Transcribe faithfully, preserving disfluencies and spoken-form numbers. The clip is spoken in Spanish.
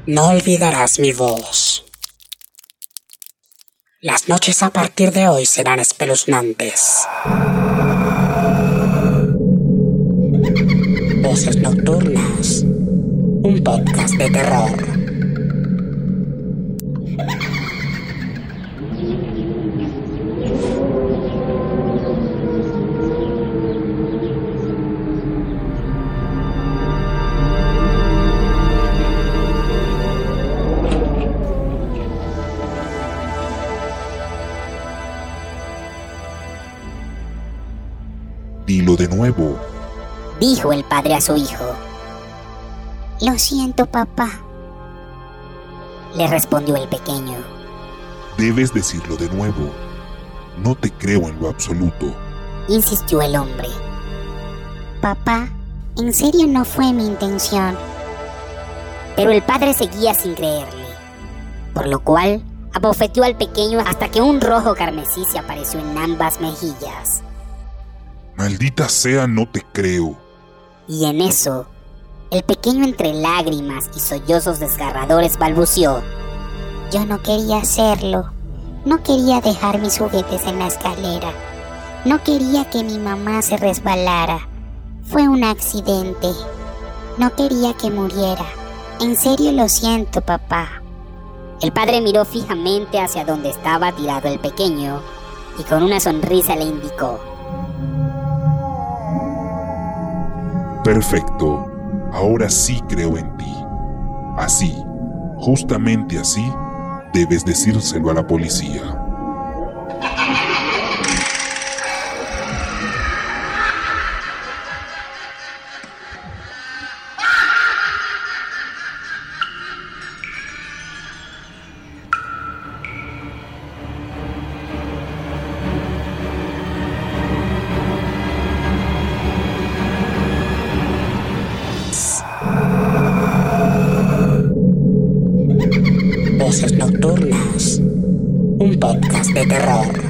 No olvidarás mi voz. Las noches a partir de hoy serán espeluznantes. Voces Nocturnas, un podcast de terror. Dilo de nuevo, dijo el padre a su hijo. Lo siento, papá, le respondió el pequeño. Debes decirlo de nuevo. No te creo en lo absoluto, insistió el hombre. Papá, en serio no fue mi intención. Pero el padre seguía sin creerle, por lo cual abofeteó al pequeño hasta que un rojo carmesí se apareció en ambas mejillas. Maldita sea, no te creo. Y en eso, el pequeño entre lágrimas y sollozos desgarradores balbuceó. Yo no quería hacerlo. No quería dejar mis juguetes en la escalera. No quería que mi mamá se resbalara. Fue un accidente. No quería que muriera. En serio lo siento, papá. El padre miró fijamente hacia donde estaba tirado el pequeño y con una sonrisa le indicó. Perfecto, ahora sí creo en ti. Así, justamente así, debes decírselo a la policía. Voces Nocturnas, un podcast de terror.